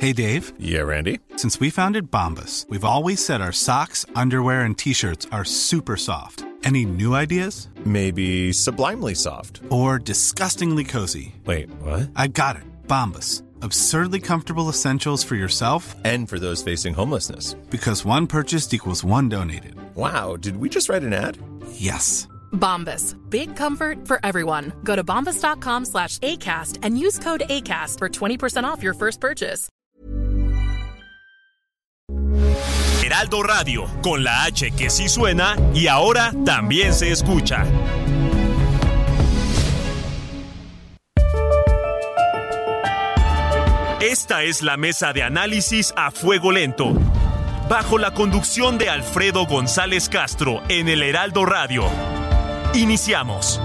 Hey, Dave. Yeah, Randy? Since we founded Bombas, we've always said our socks, underwear, and T-shirts are super soft. Any new ideas? Maybe sublimely soft. Or disgustingly cozy. Wait, what? I got it. Bombas. Absurdly comfortable essentials for yourself and for those facing homelessness. Because one purchased equals one donated. Wow, did we just write an ad? Yes. Bombas. Big comfort for everyone. Go to bombas.com/ACAST and use code ACAST for 20% off your first purchase. Heraldo Radio, con la H que sí suena y ahora también se escucha. Esta es la mesa de análisis a fuego lento, bajo la conducción de Alfredo González Castro en el Heraldo Radio. Iniciamos.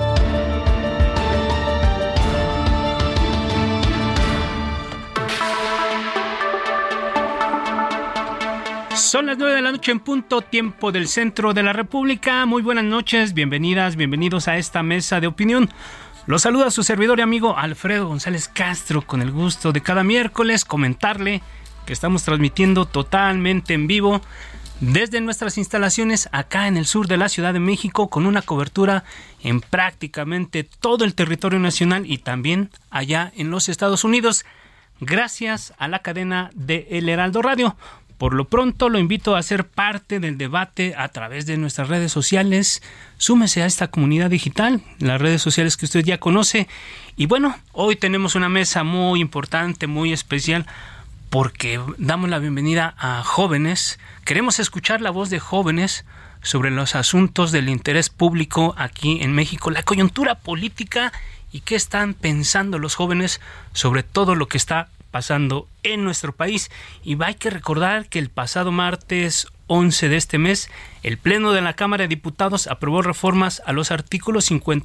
Son las 9 de la noche en punto, tiempo del centro de la República. Muy buenas noches, bienvenidas, bienvenidos a esta mesa de opinión. Los saluda su servidor y amigo Alfredo González Castro, con el gusto de cada miércoles comentarle que estamos transmitiendo totalmente en vivo desde nuestras instalaciones acá en el sur de la Ciudad de México, con una cobertura en prácticamente todo el territorio nacional y también allá en los Estados Unidos, gracias a la cadena de El Heraldo Radio. Por lo pronto lo invito a ser parte del debate a través de nuestras redes sociales. Súmese a esta comunidad digital, las redes sociales que usted ya conoce. Y bueno, hoy tenemos una mesa muy importante, muy especial, porque damos la bienvenida a jóvenes. Queremos escuchar la voz de jóvenes sobre los asuntos del interés público aquí en México, la coyuntura política y qué están pensando los jóvenes sobre todo lo que está pasando en nuestro país. Y hay que recordar que el pasado martes 11 de este mes, el Pleno de la Cámara de Diputados aprobó reformas a los artículos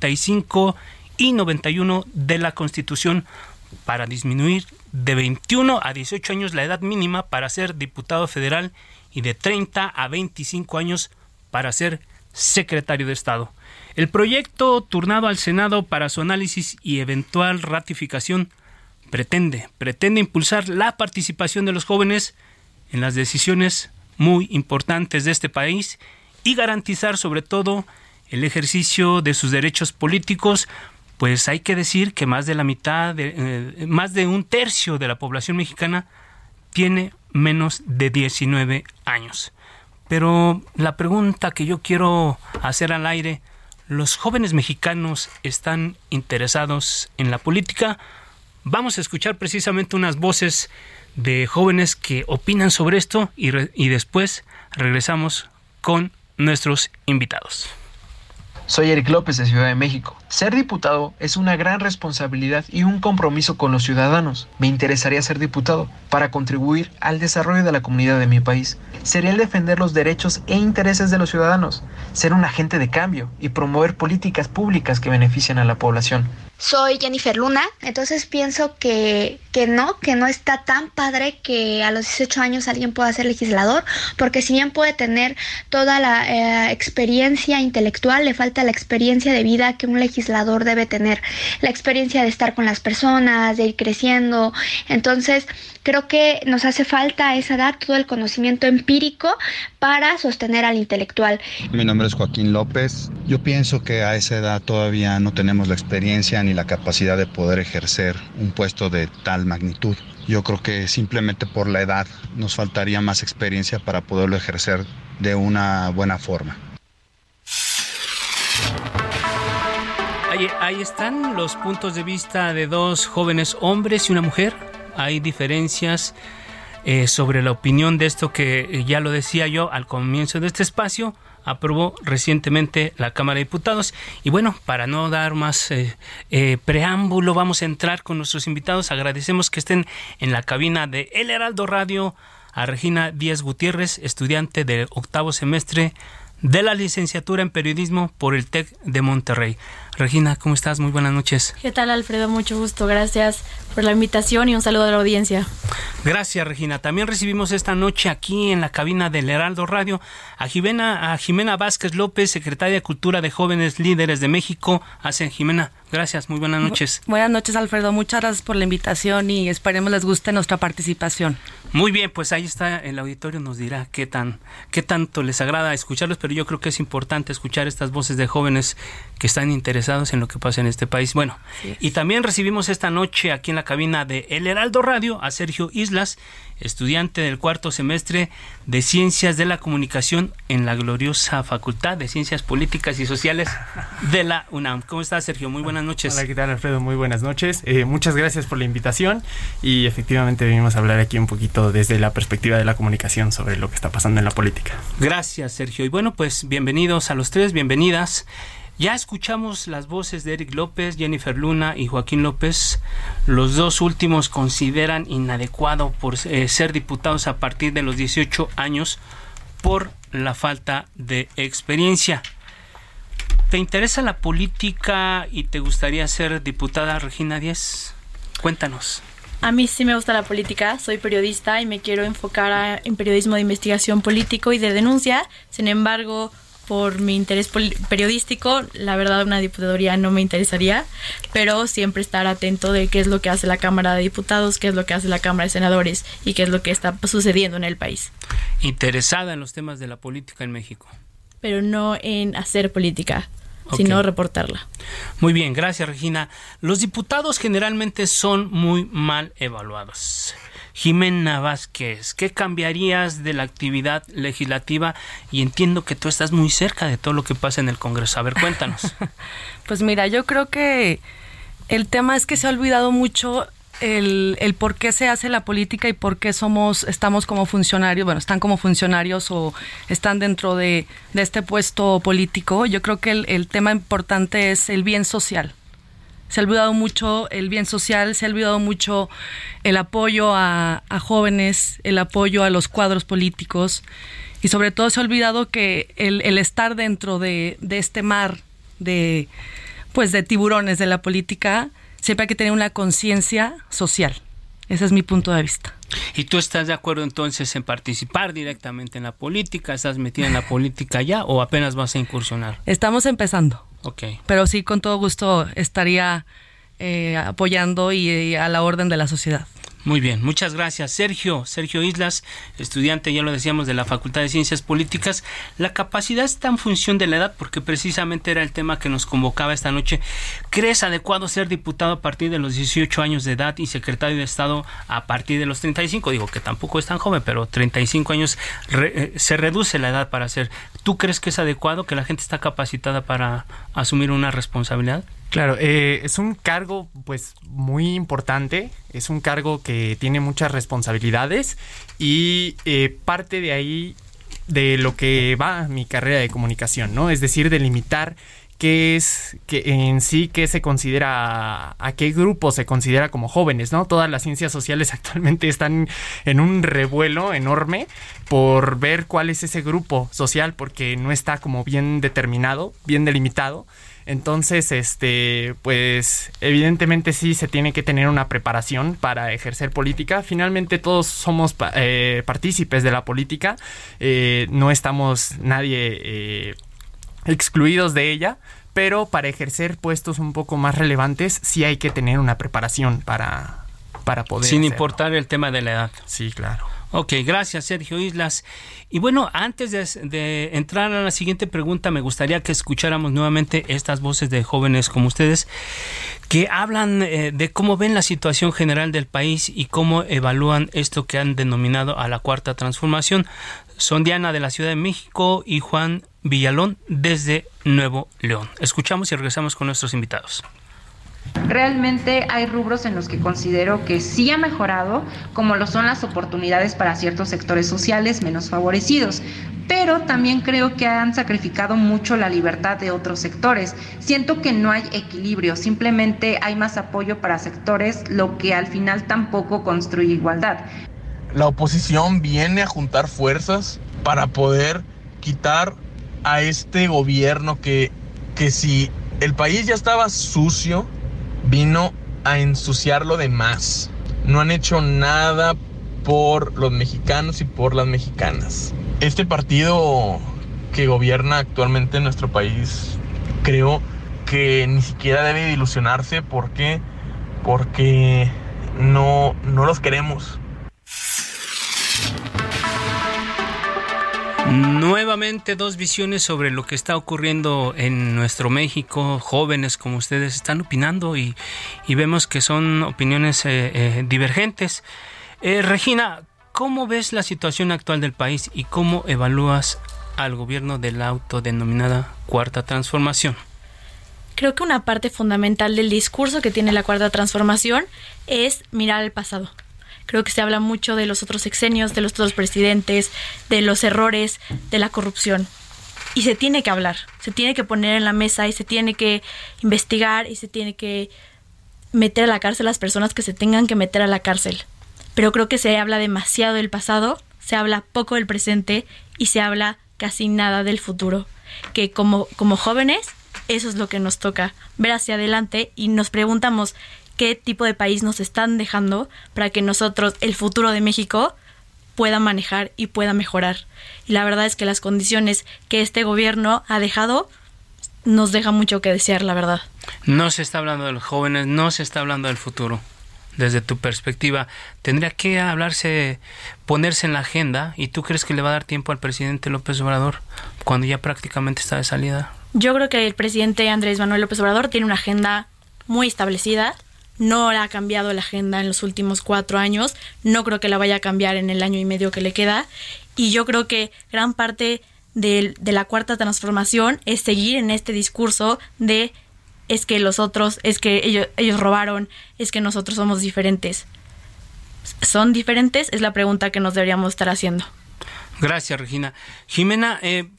55 y 91 de la Constitución para disminuir de 21 a 18 años la edad mínima para ser diputado federal y de 30 a 25 años para ser secretario de Estado. El proyecto, turnado al Senado para su análisis y eventual ratificación, pretende impulsar la participación de los jóvenes en las decisiones muy importantes de este país y garantizar sobre todo el ejercicio de sus derechos políticos, pues hay que decir que más de la mitad, más de un tercio de la población mexicana tiene menos de 19 años. Pero la pregunta que yo quiero hacer al aire, ¿los jóvenes mexicanos están interesados en la política? Vamos a escuchar precisamente unas voces de jóvenes que opinan sobre esto y después regresamos con nuestros invitados. Soy Eric López de Ciudad de México. Ser diputado es una gran responsabilidad y un compromiso con los ciudadanos. Me interesaría ser diputado para contribuir al desarrollo de la comunidad de mi país. Sería el defender los derechos e intereses de los ciudadanos, ser un agente de cambio y promover políticas públicas que beneficien a la población. Soy Jennifer Luna, entonces pienso que no está tan padre que a los 18 años alguien pueda ser legislador, porque si bien puede tener toda la experiencia intelectual, le falta la experiencia de vida que un legislador debe tener, la experiencia de estar con las personas, de ir creciendo. Entonces creo que nos hace falta a esa edad todo el conocimiento empírico para sostener al intelectual. Mi nombre es Joaquín López. Yo pienso que a esa edad todavía no tenemos la experiencia ni la capacidad de poder ejercer un puesto de tal magnitud. Yo creo que simplemente por la edad nos faltaría más experiencia para poderlo ejercer de una buena forma. Ahí están los puntos de vista de dos jóvenes hombres y una mujer. Hay diferencias sobre la opinión de esto que ya lo decía yo al comienzo de este espacio. Aprobó recientemente la Cámara de Diputados. Y bueno, para no dar más preámbulo, vamos a entrar con nuestros invitados. Agradecemos que estén en la cabina de El Heraldo Radio a Regina Díaz Gutiérrez, estudiante del 8º semestre de la licenciatura en periodismo por el TEC de Monterrey. Regina, ¿cómo estás? Muy buenas noches. ¿Qué tal, Alfredo? Mucho gusto. Gracias por la invitación y un saludo a la audiencia. Gracias, Regina. También recibimos esta noche aquí en la cabina del Heraldo Radio a Jimena Vázquez López, secretaria de Cultura de Jóvenes Líderes de México. Jimena, gracias. Muy buenas noches. Buenas noches, Alfredo. Muchas gracias por la invitación y esperemos les guste nuestra participación. Muy bien, pues ahí está el auditorio, nos dirá qué tanto les agrada escucharlos, pero yo creo que es importante escuchar estas voces de jóvenes que están interesados en lo que pasa en este país. Bueno, y también recibimos esta noche aquí en la cabina de El Heraldo Radio a Sergio Islas, estudiante del 4º semestre de Ciencias de la Comunicación en la gloriosa Facultad de Ciencias Políticas y Sociales de la UNAM. ¿Cómo estás, Sergio? Muy buenas noches. Hola, ¿qué tal, Alfredo? Muy buenas noches. Muchas gracias por la invitación y efectivamente venimos a hablar aquí un poquito desde la perspectiva de la comunicación sobre lo que está pasando en la política. Gracias, Sergio. Y bueno, pues bienvenidos a los tres, bienvenidas. Ya escuchamos las voces de Eric López, Jennifer Luna y Joaquín López. Los dos últimos consideran inadecuado por ser diputados a partir de los 18 años por la falta de experiencia. ¿Te interesa la política y te gustaría ser diputada, Regina Díez? Cuéntanos. A mí sí me gusta la política, soy periodista y me quiero enfocar en periodismo de investigación político y de denuncia. Sin embargo, por mi interés periodístico, la verdad una diputaduría no me interesaría, pero siempre estar atento de qué es lo que hace la Cámara de Diputados, qué es lo que hace la Cámara de Senadores y qué es lo que está sucediendo en el país. Interesada en los temas de la política en México. Pero no en hacer política, sino reportarla. Muy bien, gracias, Regina. Los diputados generalmente son muy mal evaluados. Jimena Vázquez, ¿qué cambiarías de la actividad legislativa? Y entiendo que tú estás muy cerca de todo lo que pasa en el Congreso. A ver, cuéntanos. Pues mira, yo creo que el tema es que se ha olvidado mucho el por qué se hace la política y por qué estamos como funcionarios, están como funcionarios o están dentro de este puesto político. Yo creo que el tema importante es el bien social. Se ha olvidado mucho el bien social, se ha olvidado mucho el apoyo a jóvenes, el apoyo a los cuadros políticos y sobre todo se ha olvidado que el estar dentro de este mar de tiburones de la política, siempre hay que tener una conciencia social. Ese es mi punto de vista. ¿Y tú estás de acuerdo entonces en participar directamente en la política? ¿Estás metida en la política ya o apenas vas a incursionar? Estamos empezando. Okay. Pero sí, con todo gusto estaría apoyando y a la orden de la sociedad. Muy bien, muchas gracias. Sergio Islas, estudiante, ya lo decíamos, de la Facultad de Ciencias Políticas. ¿La capacidad está en función de la edad? Porque precisamente era el tema que nos convocaba esta noche. ¿Crees adecuado ser diputado a partir de los 18 años de edad y secretario de Estado a partir de los 35? Digo que tampoco es tan joven, pero 35 años se reduce la edad para ser. ¿Tú crees que es adecuado, que la gente está capacitada para asumir una responsabilidad? Claro, es un cargo pues muy importante, es un cargo que tiene muchas responsabilidades y parte de ahí de lo que va mi carrera de comunicación, ¿no? Es decir, delimitar qué se considera, a qué grupo se considera como jóvenes, ¿no? Todas las ciencias sociales actualmente están en un revuelo enorme por ver cuál es ese grupo social porque no está como bien determinado, bien delimitado. Entonces, pues evidentemente sí se tiene que tener una preparación para ejercer política. Finalmente todos somos partícipes de la política, no estamos nadie excluidos de ella, pero para ejercer puestos un poco más relevantes sí hay que tener una preparación para poder sin hacerlo. Importar el tema de la edad. Sí, claro. Ok, gracias, Sergio Islas. Y bueno, antes de entrar a la siguiente pregunta, me gustaría que escucháramos nuevamente estas voces de jóvenes como ustedes que hablan de cómo ven la situación general del país y cómo evalúan esto que han denominado a la Cuarta Transformación. Son Diana de la Ciudad de México y Juan Villalón desde Nuevo León. Escuchamos y regresamos con nuestros invitados. Realmente hay rubros en los que considero que sí ha mejorado, como lo son las oportunidades para ciertos sectores sociales menos favorecidos, pero también creo que han sacrificado mucho la libertad de otros sectores. Siento que no hay equilibrio, simplemente hay más apoyo para sectores, lo que al final tampoco construye igualdad. La oposición viene a juntar fuerzas para poder quitar a este gobierno que si El país ya estaba sucio, vino a ensuciarlo de más. No han hecho nada por los mexicanos y por las mexicanas. Este partido que gobierna actualmente en nuestro país, creo que ni siquiera debe de ilusionarse. ¿Por qué? Porque no los queremos. Nuevamente dos visiones sobre lo que está ocurriendo en nuestro México. Jóvenes como ustedes están opinando y vemos que son opiniones divergentes. Regina, ¿cómo ves la situación actual del país y cómo evalúas al gobierno de la autodenominada Cuarta Transformación? Creo que una parte fundamental del discurso que tiene la Cuarta Transformación es mirar al pasado. Creo que se habla mucho de los otros sexenios, de los otros presidentes, de los errores, de la corrupción. Y se tiene que hablar, se tiene que poner en la mesa y se tiene que investigar y se tiene que meter a la cárcel a las personas que se tengan que meter a la cárcel. Pero creo que se habla demasiado del pasado, se habla poco del presente y se habla casi nada del futuro. Que como jóvenes, eso es lo que nos toca, ver hacia adelante y nos preguntamos qué tipo de país nos están dejando para que nosotros, el futuro de México, pueda manejar y pueda mejorar. Y la verdad es que las condiciones que este gobierno ha dejado nos deja mucho que desear, la verdad. No se está hablando de los jóvenes, no se está hablando del futuro. Desde tu perspectiva, tendría que hablarse, ponerse en la agenda, ¿y tú crees que le va a dar tiempo al presidente López Obrador cuando ya prácticamente está de salida? Yo creo que el presidente Andrés Manuel López Obrador tiene una agenda muy establecida. No ha cambiado la agenda en los últimos 4 años, no creo que la vaya a cambiar en el año y medio que le queda, y yo creo que gran parte de la Cuarta Transformación es seguir en este discurso de es que los otros, es que ellos robaron, es que nosotros somos diferentes. ¿Son diferentes? Es la pregunta que nos deberíamos estar haciendo. Gracias, Regina. Jimena,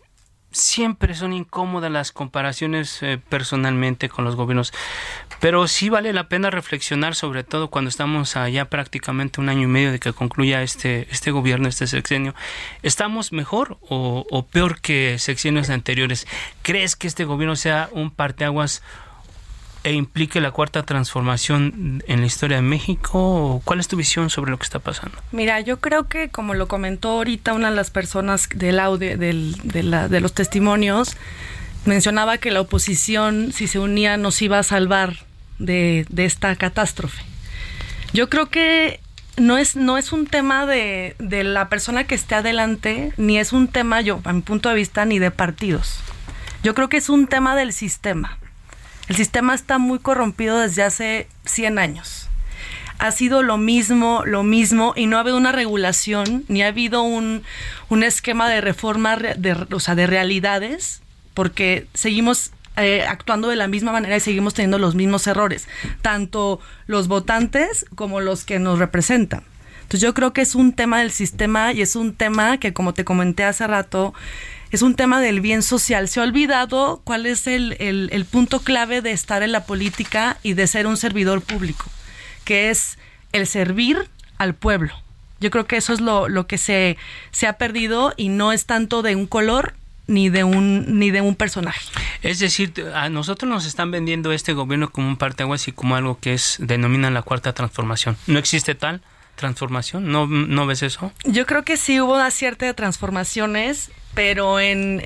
siempre son incómodas las comparaciones personalmente con los gobiernos, pero sí vale la pena reflexionar, sobre todo cuando estamos allá prácticamente 1 año y medio de que concluya este gobierno, este sexenio. ¿Estamos mejor o peor que sexenios anteriores? ¿Crees que este gobierno sea un parteaguas e implique la Cuarta Transformación en la historia de México? ¿Cuál es tu visión sobre lo que está pasando? Mira, yo creo que, como lo comentó ahorita una de las personas del audio, de los testimonios, mencionaba que la oposición, si se unía, nos iba a salvar de esta catástrofe. Yo creo que no es un tema de la persona que esté adelante, ni es un tema, a mi punto de vista, ni de partidos. Yo creo que es un tema del sistema. El sistema está muy corrompido desde hace 100 años. Ha sido lo mismo, y no ha habido una regulación, ni ha habido un esquema de reforma de realidades, porque seguimos actuando de la misma manera y seguimos teniendo los mismos errores, tanto los votantes como los que nos representan. Entonces yo creo que es un tema del sistema y es un tema que, como te comenté hace rato, es un tema del bien social. Se ha olvidado cuál es el punto clave de estar en la política y de ser un servidor público, que es el servir al pueblo. Yo creo que eso es lo que se ha perdido, y no es tanto de un color ni de un personaje. Es decir, a nosotros nos están vendiendo este gobierno como un parteaguas y como algo que denominan la Cuarta Transformación. ¿No existe tal transformación? ¿No ves eso? Yo creo que sí hubo una cierta de transformaciones, pero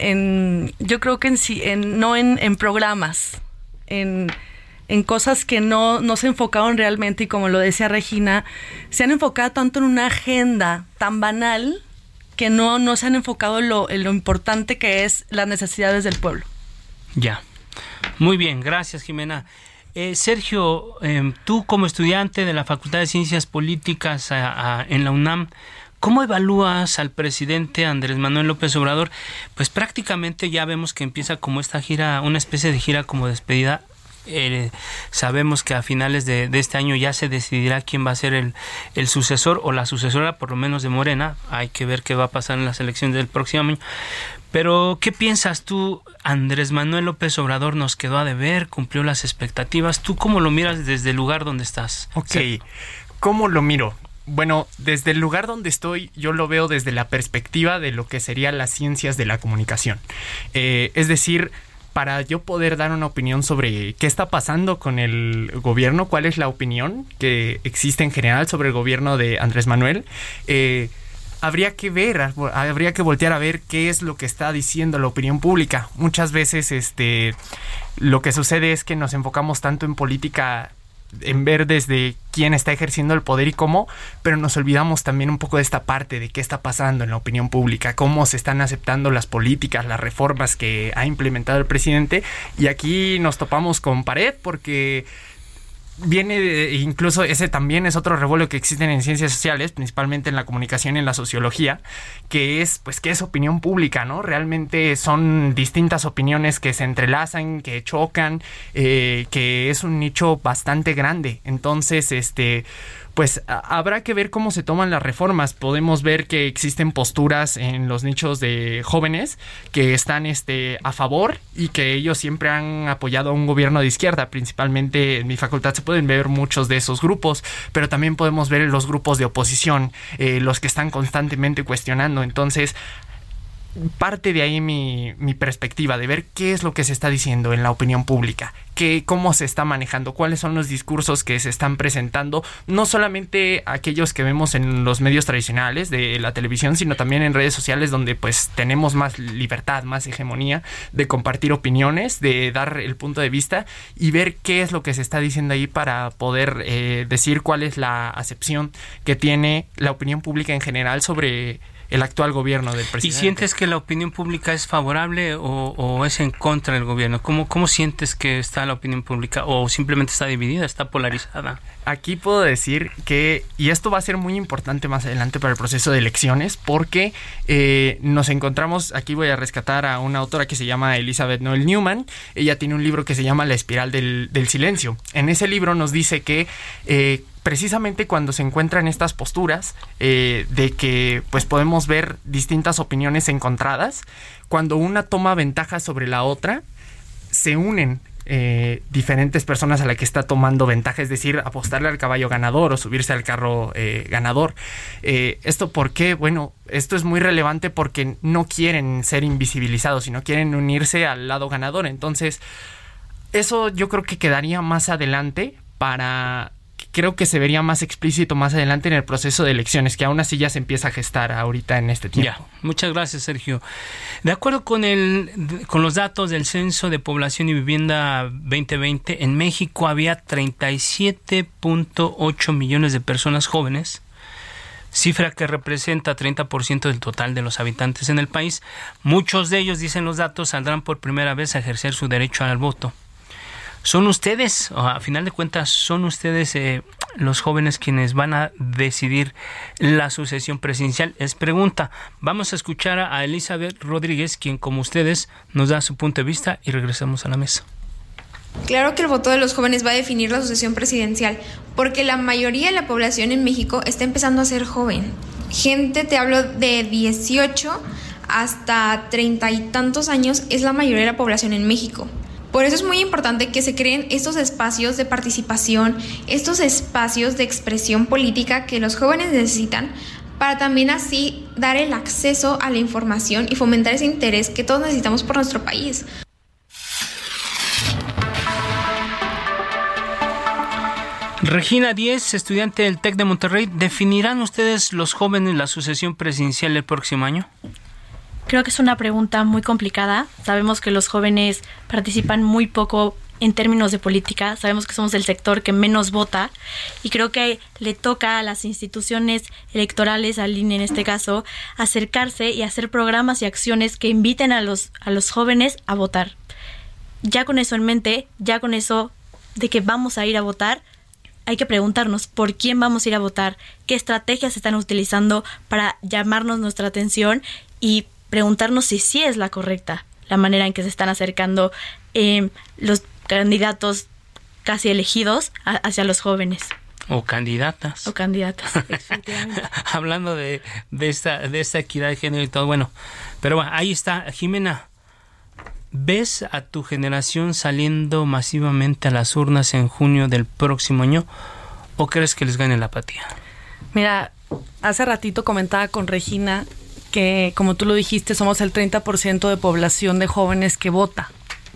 yo creo que no en programas, en cosas que no se enfocaron realmente, y como lo decía Regina, se han enfocado tanto en una agenda tan banal que no se han enfocado en lo importante que es las necesidades del pueblo. Ya. Muy bien, gracias, Jimena. Sergio, tú como estudiante de la Facultad de Ciencias Políticas en la UNAM, ¿cómo evalúas al presidente Andrés Manuel López Obrador? Pues prácticamente ya vemos que empieza como esta gira, una especie de gira como despedida. Sabemos que a finales de este año ya se decidirá quién va a ser el sucesor o la sucesora, por lo menos de Morena. Hay que ver qué va a pasar en las elecciones del próximo año. Pero, ¿qué piensas tú? Andrés Manuel López Obrador nos quedó a deber, cumplió las expectativas. ¿Tú cómo lo miras desde el lugar donde estás? Ok, ¿cómo lo miro? Bueno, desde el lugar donde estoy, yo lo veo desde la perspectiva de lo que serían las ciencias de la comunicación. Es decir, para yo poder dar una opinión sobre qué está pasando con el gobierno, cuál es la opinión que existe en general sobre el gobierno de Andrés Manuel, habría que voltear a ver qué es lo que está diciendo la opinión pública. Muchas veces lo que sucede es que nos enfocamos tanto en política en ver desde quién está ejerciendo el poder y cómo, pero nos olvidamos también un poco de esta parte de qué está pasando en la opinión pública, cómo se están aceptando las políticas, las reformas que ha implementado el presidente, y aquí nos topamos con pared porque incluso ese también es otro revuelo que existen en ciencias sociales, principalmente en la comunicación y en la sociología, que es, pues, ¿qué es opinión pública, no? Realmente son distintas opiniones que se entrelazan, que chocan, que es un nicho bastante grande. Entonces, pues habrá que ver cómo se toman las reformas. Podemos ver que existen posturas en los nichos de jóvenes que están a favor y que ellos siempre han apoyado a un gobierno de izquierda. Principalmente en mi facultad se pueden ver muchos de esos grupos, pero también podemos ver los grupos de oposición, los que están constantemente cuestionando. Entonces, parte de ahí mi perspectiva de ver qué es lo que se está diciendo en la opinión pública, cómo se está manejando, cuáles son los discursos que se están presentando, no solamente aquellos que vemos en los medios tradicionales de la televisión, sino también en redes sociales, donde pues tenemos más libertad, más hegemonía de compartir opiniones, de dar el punto de vista y ver qué es lo que se está diciendo ahí para poder decir cuál es la acepción que tiene la opinión pública en general sobre el actual gobierno del presidente. ¿Y sientes que la opinión pública es favorable o es en contra del gobierno? ¿Cómo sientes que está la opinión pública? ¿O simplemente está dividida, está polarizada? Aquí puedo decir que, y esto va a ser muy importante más adelante para el proceso de elecciones, porque nos encontramos, aquí voy a rescatar a una autora que se llama Elizabeth Noel Newman. Ella tiene un libro que se llama La espiral del silencio. En ese libro nos dice que precisamente cuando se encuentran estas posturas de que pues podemos ver distintas opiniones encontradas, cuando una toma ventaja sobre la otra, se unen diferentes personas a la que está tomando ventaja, es decir, apostarle al caballo ganador o subirse al carro ganador. ¿Esto por qué? Bueno, esto es muy relevante porque no quieren ser invisibilizados, sino quieren unirse al lado ganador. Entonces, eso yo creo que quedaría más adelante creo que se vería más explícito más adelante en el proceso de elecciones, que aún así ya se empieza a gestar ahorita en este tiempo. Ya, muchas gracias, Sergio. De acuerdo con los datos del Censo de Población y Vivienda 2020, en México había 37.8 millones de personas jóvenes, cifra que representa 30% del total de los habitantes en el país. Muchos de ellos, dicen los datos, saldrán por primera vez a ejercer su derecho al voto. ¿Son ustedes, a final de cuentas, son ustedes los jóvenes quienes van a decidir la sucesión presidencial? Es pregunta. Vamos a escuchar a Elizabeth Rodríguez, quien, como ustedes, nos da su punto de vista, y regresamos a la mesa. Claro que el voto de los jóvenes va a definir la sucesión presidencial, porque la mayoría de la población en México está empezando a ser joven. Gente, te hablo de 18 hasta 30 y tantos años, es la mayoría de la población en México. Por eso es muy importante que se creen estos espacios de participación, estos espacios de expresión política que los jóvenes necesitan, para también así dar el acceso a la información y fomentar ese interés que todos necesitamos por nuestro país. Regina Díez, estudiante del TEC de Monterrey, ¿definirán ustedes los jóvenes la sucesión presidencial el próximo año? Creo que es una pregunta muy complicada. Sabemos que los jóvenes participan muy poco en términos de política. Sabemos que somos el sector que menos vota y creo que le toca a las instituciones electorales, al INE en este caso, acercarse y hacer programas y acciones que inviten a los jóvenes a votar. Ya con eso en mente, ya con eso de que vamos a ir a votar, hay que preguntarnos por quién vamos a ir a votar, qué estrategias se están utilizando para llamarnos nuestra atención y preguntarnos si sí es la correcta la manera en que se están acercando los candidatos casi elegidos hacia los jóvenes. O candidatas. O candidatas, efectivamente. Hablando de esta equidad de género y todo, bueno. Pero bueno, ahí está, Jimena. ¿Ves a tu generación saliendo masivamente a las urnas en junio del próximo año o crees que les gane la apatía? Mira, hace ratito comentaba con Regina que, como tú lo dijiste, somos el 30% de población de jóvenes que vota.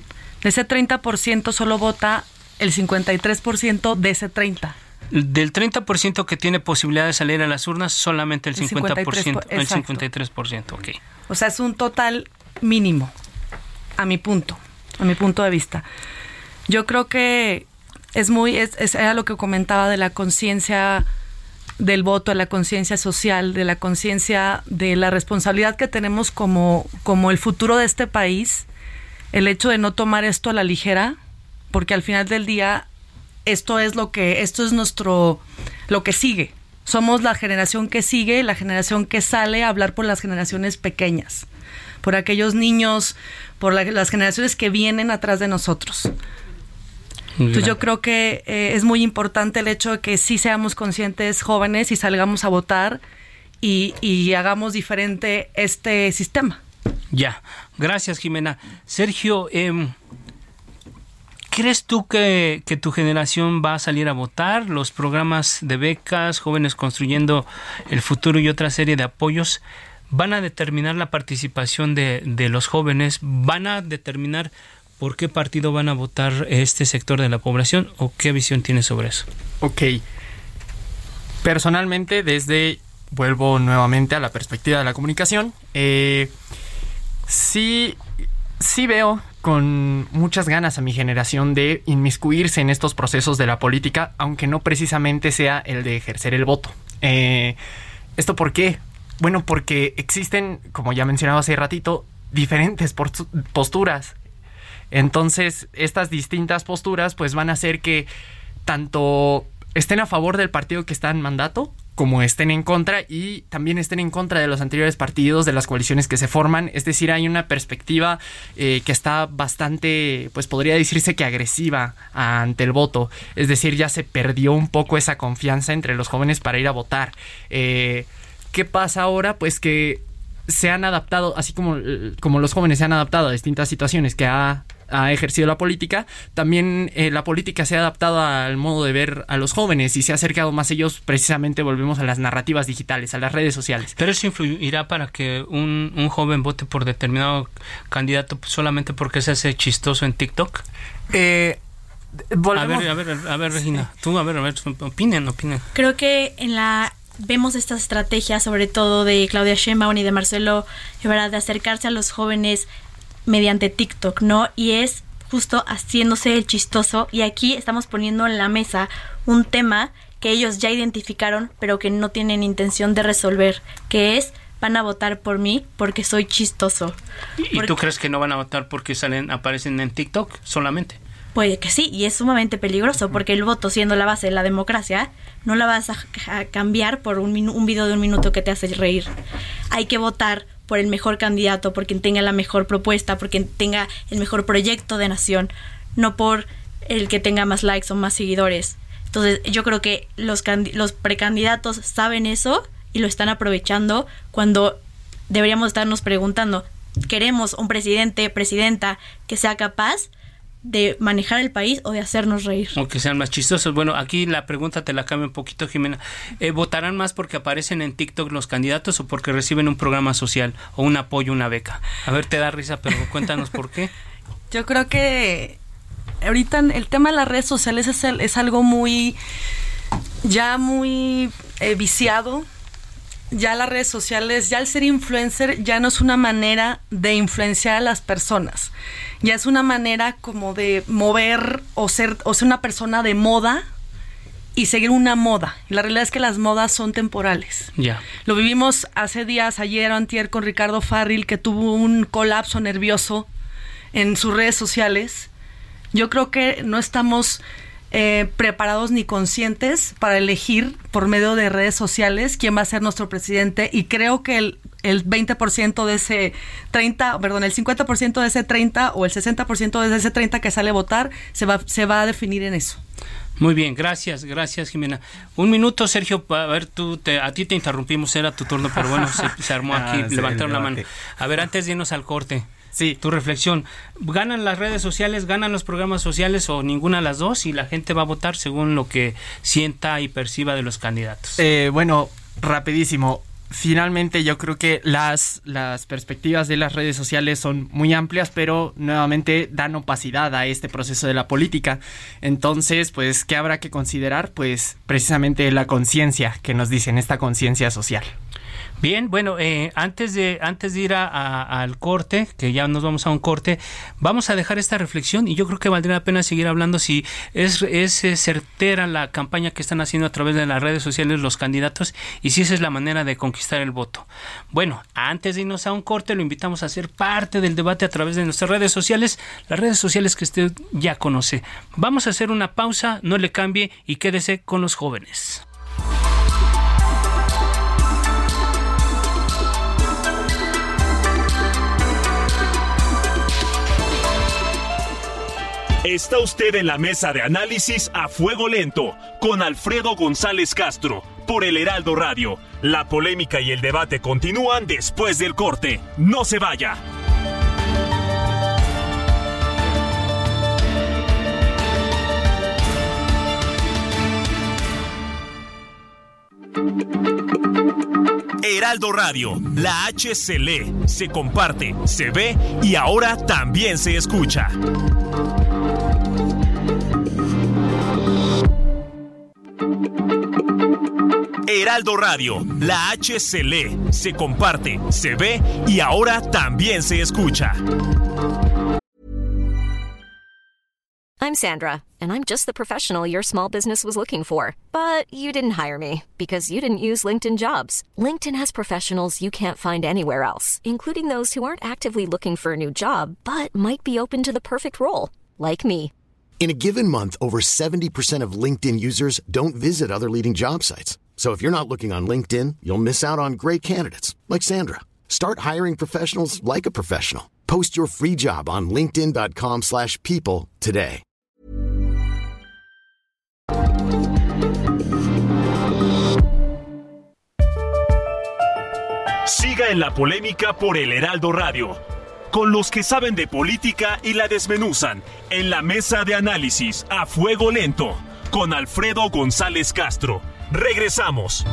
De ese 30% solo vota el 53% de ese 30%. Del 30% que tiene posibilidad de salir a las urnas, solamente el 50%. El 53%, ok. O sea, es un total mínimo, a mi punto de vista. Yo creo que era lo que comentaba de la conciencia del voto, de la conciencia social, de la conciencia de la responsabilidad que tenemos como el futuro de este país, el hecho de no tomar esto a la ligera, porque al final del día esto es lo que sigue. Somos la generación que sigue, la generación que sale a hablar por las generaciones pequeñas, por aquellos niños, por las generaciones que vienen atrás de nosotros. Entonces yo creo que es muy importante el hecho de que sí seamos conscientes jóvenes y salgamos a votar y hagamos diferente este sistema. Ya, gracias, Jimena. Sergio, ¿crees tú que tu generación va a salir a votar? Los programas de becas, Jóvenes Construyendo el Futuro y otra serie de apoyos van a determinar la participación de los jóvenes, van a determinar por qué partido van a votar este sector de la población, o qué visión tienes sobre eso. Ok. Personalmente, vuelvo nuevamente a la perspectiva de la comunicación, sí veo con muchas ganas a mi generación de inmiscuirse en estos procesos de la política, aunque no precisamente sea el de ejercer el voto. ¿Esto por qué? Bueno, porque existen, como ya mencionaba hace ratito, diferentes posturas. Entonces, estas distintas posturas pues van a hacer que tanto estén a favor del partido que está en mandato, como estén en contra, y también estén en contra de los anteriores partidos, de las coaliciones que se forman. Es decir, hay una perspectiva que está bastante, pues podría decirse que agresiva ante el voto. Es decir, ya se perdió un poco esa confianza entre los jóvenes para ir a votar. ¿Qué pasa ahora? Pues que se han adaptado, así como los jóvenes se han adaptado a distintas situaciones que ha ejercido la política, también la política se ha adaptado al modo de ver a los jóvenes y se ha acercado más a ellos. Precisamente volvemos a las narrativas digitales, a las redes sociales. ¿Pero eso influirá para que un joven vote por determinado candidato sí porque se hace chistoso en TikTok? Volvemos. A ver, Regina, sí. Tú, a ver, opinen. Creo que vemos estas estrategias, sobre todo de Claudia Sheinbaum y de Marcelo Ebrard, de acercarse a los jóvenes mediante TikTok, ¿no? Y es justo haciéndose el chistoso, y aquí estamos poniendo en la mesa un tema que ellos ya identificaron, pero que no tienen intención de resolver, que es: van a votar por mí porque soy chistoso. ¿Y tú crees que no van a votar porque aparecen en TikTok solamente? Puede que sí, y es sumamente peligroso, porque el voto, siendo la base de la democracia, no la vas a cambiar por un video de 1 minuto que te hace reír. Hay que votar por el mejor candidato, por quien tenga la mejor propuesta, por quien tenga el mejor proyecto de nación, no por el que tenga más likes o más seguidores. Entonces, yo creo que los precandidatos saben eso y lo están aprovechando, cuando deberíamos estarnos preguntando: ¿queremos un presidenta que sea capaz de manejar el país o de hacernos reír? O que sean más chistosos. Bueno, aquí la pregunta te la cambio un poquito, Jimena. ¿Votarán más porque aparecen en TikTok los candidatos o porque reciben un programa social o un apoyo, una beca? A ver, te da risa, pero cuéntanos por qué. Yo creo que ahorita el tema de las redes sociales es algo muy viciado. Ya las redes sociales, ya el ser influencer ya no es una manera de influenciar a las personas, ya es una manera como de mover o ser una persona de moda y seguir una moda. Y la realidad es que las modas son temporales. Ya. Lo vivimos hace días, ayer o antier, con Ricardo Farril, que tuvo un colapso nervioso en sus redes sociales. Yo creo que no estamos preparados ni conscientes para elegir por medio de redes sociales quién va a ser nuestro presidente, y creo que el 20% de ese 30, perdón, el 50% de ese 30 o el 60% de ese 30 que sale a votar se va a definir en eso. Muy bien, gracias Jimena. 1 minuto, Sergio, a ver, a ti te interrumpimos, era tu turno, pero bueno, se armó aquí, levantaron la mano. A ver, antes de irnos al corte, sí, tu reflexión: ¿ganan las redes sociales, ganan los programas sociales o ninguna de las dos? Y la gente va a votar según lo que sienta y perciba de los candidatos. Bueno, rapidísimo. finalmente yo creo que las perspectivas de las redes sociales son muy amplias, pero nuevamente dan opacidad a este proceso de la política. Entonces, pues, ¿qué habrá que considerar? Pues precisamente la conciencia que nos dicen, esta conciencia social. Bien, bueno, antes de ir al corte, que ya nos vamos a un corte, vamos a dejar esta reflexión y yo creo que valdría la pena seguir hablando si es certera la campaña que están haciendo a través de las redes sociales los candidatos y si esa es la manera de conquistar el voto. Bueno, antes de irnos a un corte, lo invitamos a ser parte del debate a través de nuestras redes sociales, las redes sociales que usted ya conoce. Vamos a hacer una pausa, no le cambie y quédese con los jóvenes. Está usted en la mesa de análisis a fuego lento con Alfredo González Castro por el Heraldo Radio. La polémica y el debate continúan después del corte. No se vaya. Heraldo Radio, la H se lee, se comparte, se ve y ahora también se escucha. Heraldo Radio, la H se lee, se comparte, se ve y ahora también se escucha. I'm Sandra, and I'm just the professional your small business was looking for. But you didn't hire me because you didn't use LinkedIn Jobs. LinkedIn has professionals you can't find anywhere else, including those who aren't actively looking for a new job, but might be open to the perfect role, like me. In a given month, over 70% of LinkedIn users don't visit other leading job sites. So if you're not looking on LinkedIn, you'll miss out on great candidates like Sandra. Start hiring professionals like a professional. Post your free job on linkedin.com/people today. Siga en la polémica por el Heraldo Radio, con los que saben de política y la desmenuzan, en la mesa de análisis a fuego lento, con Alfredo González Castro. Regresamos.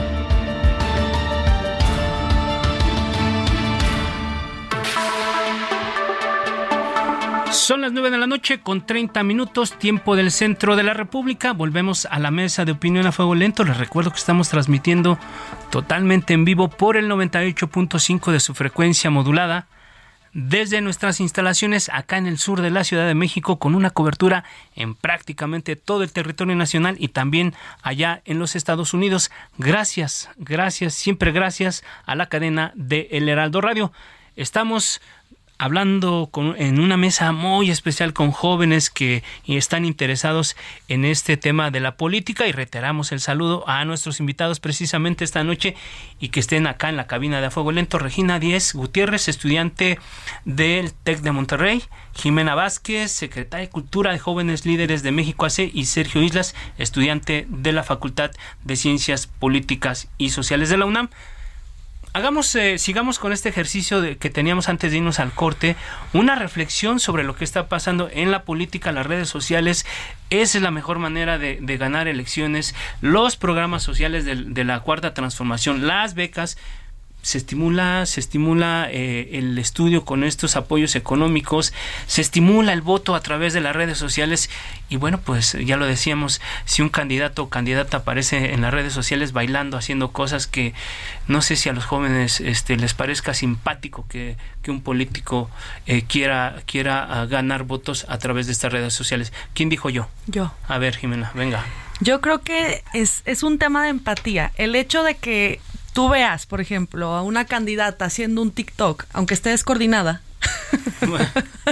Son las 9 de la noche con 30 minutos, tiempo del centro de la República. Volvemos a la mesa de opinión a fuego lento. Les recuerdo que estamos transmitiendo totalmente en vivo por el 98.5 de su frecuencia modulada desde nuestras instalaciones acá en el sur de la Ciudad de México, con una cobertura en prácticamente todo el territorio nacional y también allá en los Estados Unidos. Gracias, siempre gracias a la cadena de El Heraldo Radio. Estamos hablando en una mesa muy especial con jóvenes que están interesados en este tema de la política, y reiteramos el saludo a nuestros invitados precisamente esta noche y que estén acá en la cabina de A Fuego Lento: Regina Díez Gutiérrez, estudiante del TEC de Monterrey; Jimena Vázquez, secretaria de Cultura de Jóvenes Líderes de México AC; y Sergio Islas, estudiante de la Facultad de Ciencias Políticas y Sociales de la UNAM. Sigamos con este ejercicio que teníamos antes de irnos al corte, una reflexión sobre lo que está pasando en la política, las redes sociales. Esa es la mejor manera de ganar elecciones. Los programas sociales de la Cuarta Transformación, las becas. Se estimula el estudio con estos apoyos económicos, se estimula el voto a través de las redes sociales. Y bueno, pues ya lo decíamos, si un candidato o candidata aparece en las redes sociales bailando, haciendo cosas que no sé si a los jóvenes les parezca simpático que un político quiera ganar votos a través de estas redes sociales. ¿Quién dijo yo? Yo. A ver, Jimena, venga. Yo creo que es un tema de empatía. El hecho de que tú veas, por ejemplo, a una candidata haciendo un TikTok, aunque esté descoordinada, bueno.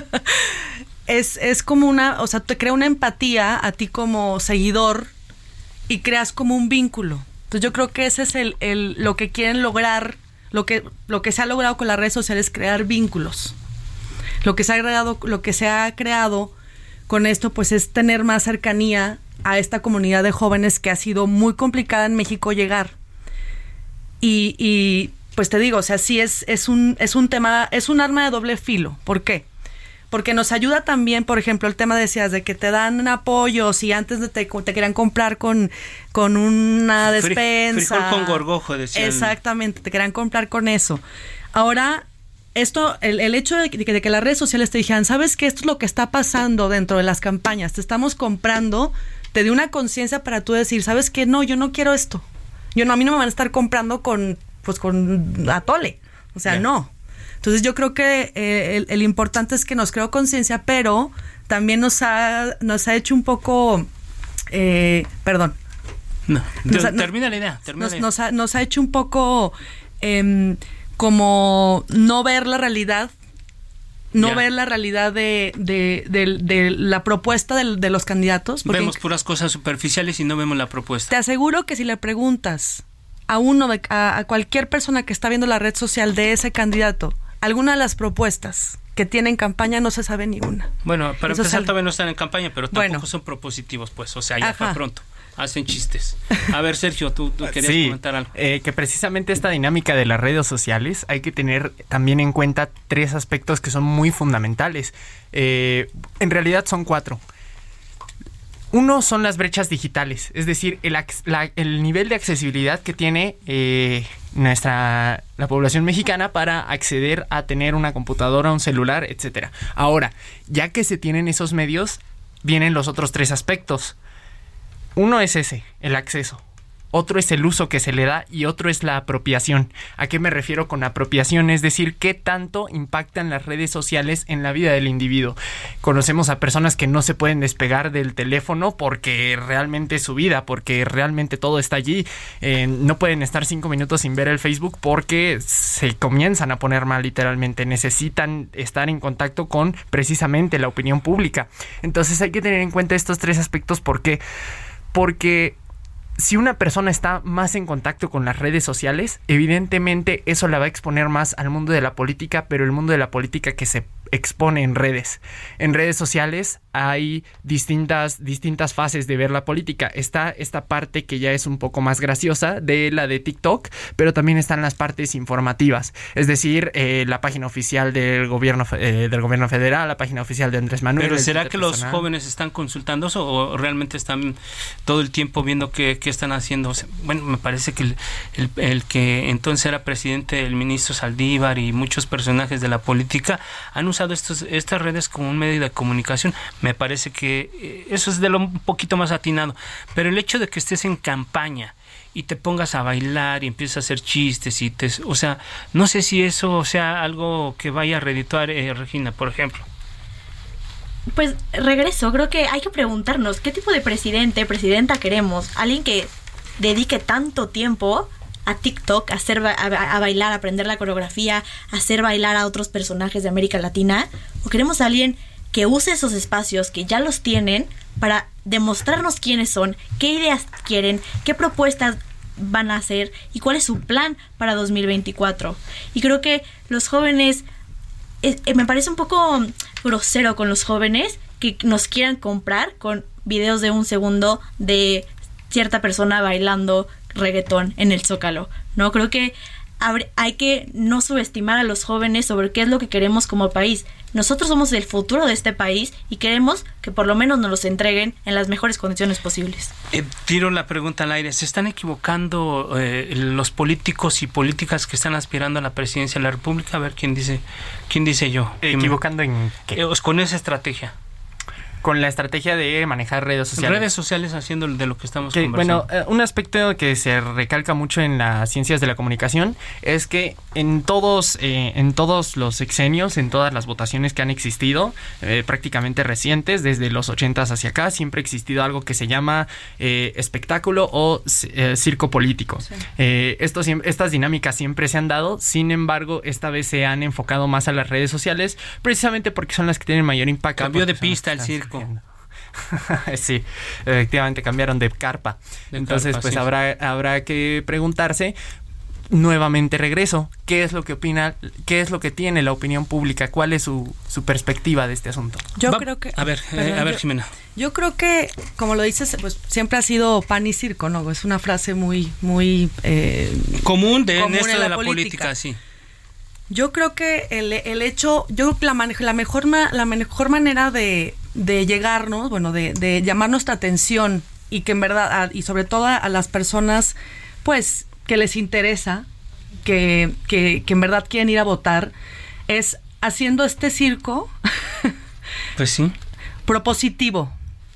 es como te crea una empatía a ti como seguidor y creas como un vínculo. Entonces yo creo que ese es lo que quieren lograr, lo que se ha logrado con las redes sociales, crear vínculos. Lo que se ha creado con esto, pues, es tener más cercanía a esta comunidad de jóvenes que ha sido muy complicada en México llegar. Y pues te digo, sí es un tema, es un arma de doble filo. ¿Por qué? porque nos ayuda también, por ejemplo, el tema decías de que te dan apoyos y antes te querían comprar con una despensa. Frijol con gorgojo, decían. Exactamente, te querían comprar con eso. Ahora, esto, el hecho de que las redes sociales te dijeran, ¿sabes qué? Esto es lo que está pasando dentro de las campañas, te estamos comprando, te dio una conciencia para tú decir, ¿sabes qué? No, yo no quiero esto. A mí no me van a estar comprando con atole. O sea, no. Entonces yo creo que el importante es que nos creó conciencia, pero también nos ha hecho un poco... perdón. No, termina la idea. Nos ha hecho un poco como no ver la realidad, ver la realidad de la propuesta de los candidatos. Vemos puras cosas superficiales y no vemos la propuesta. Te aseguro que si le preguntas a cualquier persona que está viendo la red social de ese candidato, alguna de las propuestas que tiene en campaña, no se sabe ninguna. Bueno, para empezar todavía no están en campaña, pero tampoco son propositivos, pues, o sea, ya para pronto. Hacen chistes. A ver, Sergio, tú querías comentar algo. Que precisamente esta dinámica de las redes sociales hay que tener también en cuenta 3 aspectos que son muy fundamentales. En realidad son 4. Uno son las brechas digitales, es decir, el nivel de accesibilidad que tiene la población mexicana para acceder a tener una computadora, un celular, etcétera. Ahora, ya que se tienen esos medios, vienen los otros 3 aspectos. Uno es el acceso. Otro es el uso que se le da y otro es la apropiación. ¿A qué me refiero con apropiación? Es decir, ¿qué tanto impactan las redes sociales en la vida del individuo? Conocemos a personas que no se pueden despegar del teléfono porque realmente es su vida, porque realmente todo está allí. No pueden estar 5 minutos sin ver el Facebook porque se comienzan a poner mal literalmente. Necesitan estar en contacto con precisamente la opinión pública. Entonces hay que tener en cuenta estos 3 aspectos. ¿Por qué? Porque si una persona está más en contacto con las redes sociales, evidentemente eso la va a exponer más al mundo de la política, pero el mundo de la política que se expone en redes. En redes sociales hay distintas fases de ver la política. Está esta parte que ya es un poco más graciosa de la de TikTok, pero también están las partes informativas. Es decir, la página oficial del gobierno federal, la página oficial de Andrés Manuel. Pero ¿será que los jóvenes están consultando eso o realmente están todo el tiempo viendo qué están haciendo? O sea, bueno, me parece que el que entonces era presidente, el ministro Saldívar y muchos personajes de la política han usado estas redes como un medio de comunicación. Me parece que eso es de lo un poquito más atinado. Pero el hecho de que estés en campaña y te pongas a bailar y empieces a hacer chistes o sea, no sé si eso sea algo que vaya a redituar, Regina, por ejemplo. Pues regreso, creo que hay que preguntarnos qué tipo de presidenta queremos. Alguien que dedique tanto tiempo a TikTok, a bailar, a aprender la coreografía, a hacer bailar a otros personajes de América Latina, o queremos a alguien que use esos espacios que ya los tienen para demostrarnos quiénes son, qué ideas quieren, qué propuestas van a hacer y cuál es su plan para 2024. Y creo que los jóvenes, me parece un poco grosero con los jóvenes que nos quieran comprar con videos de 1 segundo de cierta persona bailando reggaetón en el Zócalo, ¿no? Creo que hay que no subestimar a los jóvenes sobre qué es lo que queremos como país. Nosotros somos el futuro de este país y queremos que por lo menos nos los entreguen en las mejores condiciones posibles. Tiro la pregunta al aire. ¿Se están equivocando los políticos y políticas que están aspirando a la presidencia de la República? A ver, ¿quién dice yo? ¿Equivocando en qué? Con esa estrategia. Con la estrategia de manejar redes sociales. Redes sociales haciendo de lo que estamos conversando. Bueno, un aspecto que se recalca mucho en las ciencias de la comunicación es que en todos los sexenios, en todas las votaciones que han existido, prácticamente recientes, desde los 80s hacia acá, siempre ha existido algo que se llama espectáculo o circo político. Sí. Estas dinámicas siempre se han dado, sin embargo, esta vez se han enfocado más a las redes sociales, precisamente porque son las que tienen mayor impacto. Cambió de pista el circo. Sí, efectivamente cambiaron de carpa. Entonces, pues sí. habrá que preguntarse nuevamente, regreso, ¿qué es lo que opina, qué es lo que tiene la opinión pública, cuál es su perspectiva de este asunto? Yo creo que Jimena. Yo creo que, como lo dices, pues siempre ha sido pan y circo, ¿no? Es una frase muy común en esto de la política, sí. Yo creo que el hecho, yo creo que la mejor manera de llegarnos, bueno, de llamar nuestra atención y que en verdad, y sobre todo a las personas, pues, que les interesa, que en verdad quieren ir a votar, es haciendo este circo. Pues sí. Propositivo.